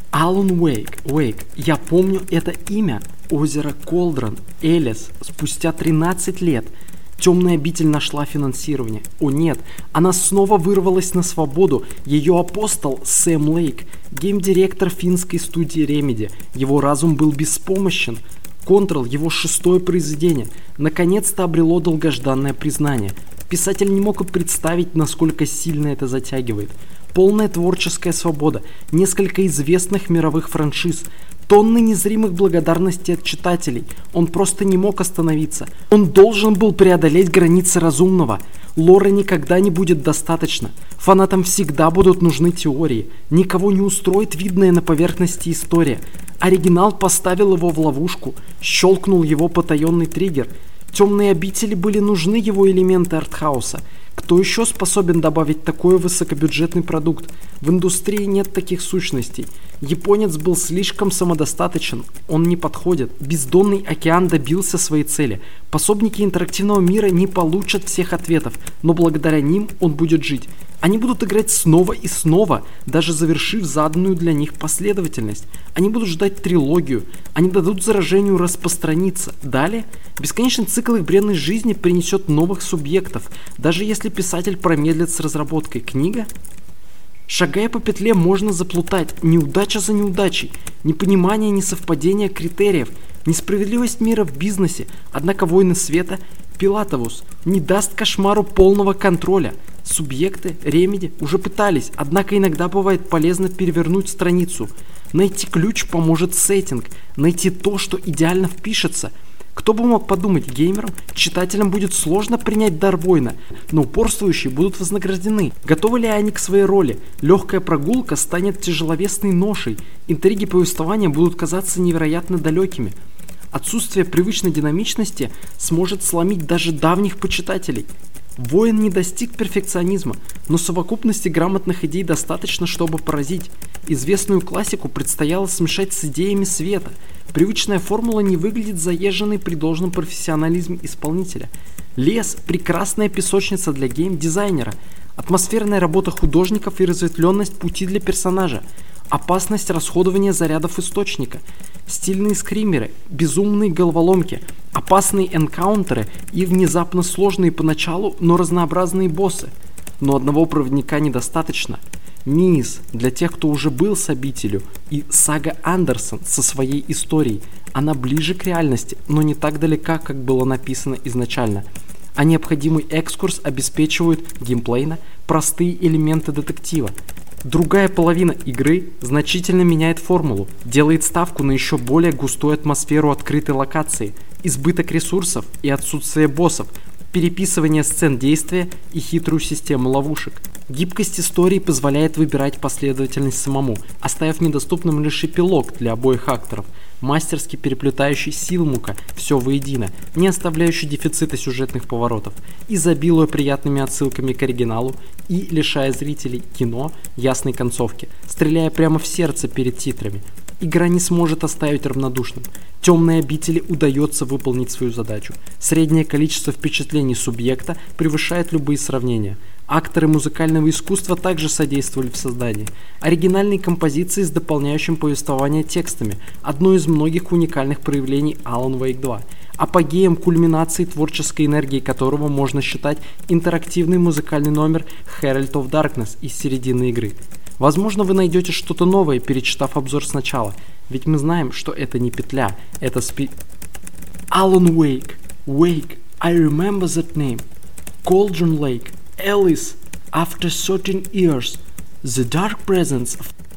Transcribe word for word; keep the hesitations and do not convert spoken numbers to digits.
Alan Wake, Wake, я помню это имя. Озеро Колдрон, Элис, спустя тринадцать лет. Темная обитель нашла финансирование. О нет, она снова вырвалась на свободу. Ее апостол Сэм Лейк, гейм-директор финской студии Remedy. Его разум был беспомощен. Control, его шестое произведение, наконец-то обрело долгожданное признание. Писатель не мог и представить, насколько сильно это затягивает. Полная творческая свобода, несколько известных мировых франшиз, тонны незримых благодарностей от читателей. Он просто не мог остановиться. Он должен был преодолеть границы разумного. Лора никогда не будет достаточно. Фанатам всегда будут нужны теории. Никого не устроит видная на поверхности история. Оригинал поставил его в ловушку, щелкнул его потаенный триггер. Темные обители были нужны его элементы артхауса. Кто еще способен добавить такой высокобюджетный продукт? В индустрии нет таких сущностей. Японец был слишком самодостаточен, он не подходит. Бездонный океан добился своей цели. Пособники интерактивного мира не получат всех ответов, но благодаря ним он будет жить. Они будут играть снова и снова, даже завершив заданную для них последовательность. Они будут ждать трилогию, они дадут заражению распространиться. Далее, бесконечный цикл их бренной жизни принесет новых субъектов, даже если писатель промедлит с разработкой. Книга? Шагая по петле, можно заплутать, неудача за неудачей, непонимание, несовпадение критериев, несправедливость мира в бизнесе, однако войны света, Пилатовус, не даст кошмару полного контроля. Субъекты, Remedy уже пытались, однако иногда бывает полезно перевернуть страницу. Найти ключ поможет сеттинг, найти то, что идеально впишется. Кто бы мог подумать, геймерам, читателям будет сложно принять дар воина, но упорствующие будут вознаграждены. Готовы ли они к своей роли? Легкая прогулка станет тяжеловесной ношей, интриги повествования будут казаться невероятно далекими. Отсутствие привычной динамичности сможет сломить даже давних почитателей. Воин не достиг перфекционизма, но совокупности грамотных идей достаточно, чтобы поразить. Известную классику предстояло смешать с идеями света. Привычная формула не выглядит заезженной при должном профессионализме исполнителя. Лес – прекрасная песочница для гейм-дизайнера. Атмосферная работа художников и разветвленность пути для персонажа. Опасность расходования зарядов источника. Стильные скримеры, безумные головоломки, опасные энкаунтеры и внезапно сложные поначалу, но разнообразные боссы. Но одного проводника недостаточно. Низ для тех, кто уже был с обителью, и сага Андерсон со своей историей. Она ближе к реальности, но не так далека, как было написано изначально. А необходимый экскурс обеспечивают геймплейно простые элементы детектива. Другая половина игры значительно меняет формулу, делает ставку на еще более густую атмосферу открытой локации, избыток ресурсов и отсутствие боссов, переписывание сцен действия и хитрую систему ловушек. Гибкость истории позволяет выбирать последовательность самому, оставив недоступным лишь эпилог для обоих акторов, мастерски переплетающий Силмука все воедино, не оставляющий дефицита сюжетных поворотов, изобилуя приятными отсылками к оригиналу и лишая зрителей кино ясной концовки, стреляя прямо в сердце перед титрами. Игра не сможет оставить равнодушным. Темной обители удается выполнить свою задачу. Среднее количество впечатлений субъекта превышает любые сравнения. Акторы музыкального искусства также содействовали в создании. Оригинальные композиции с дополняющим повествование текстами – одно из многих уникальных проявлений Alan Wake два, апогеем кульминации творческой энергии которого можно считать интерактивный музыкальный номер Herald of Darkness из середины игры. Возможно, вы найдете что-то новое, перечитав обзор сначала, ведь мы знаем, что это не петля, это спи... Alan Wake, Wake, I remember that name. Cauldron Lake, Alice, after certain years, the dark presence of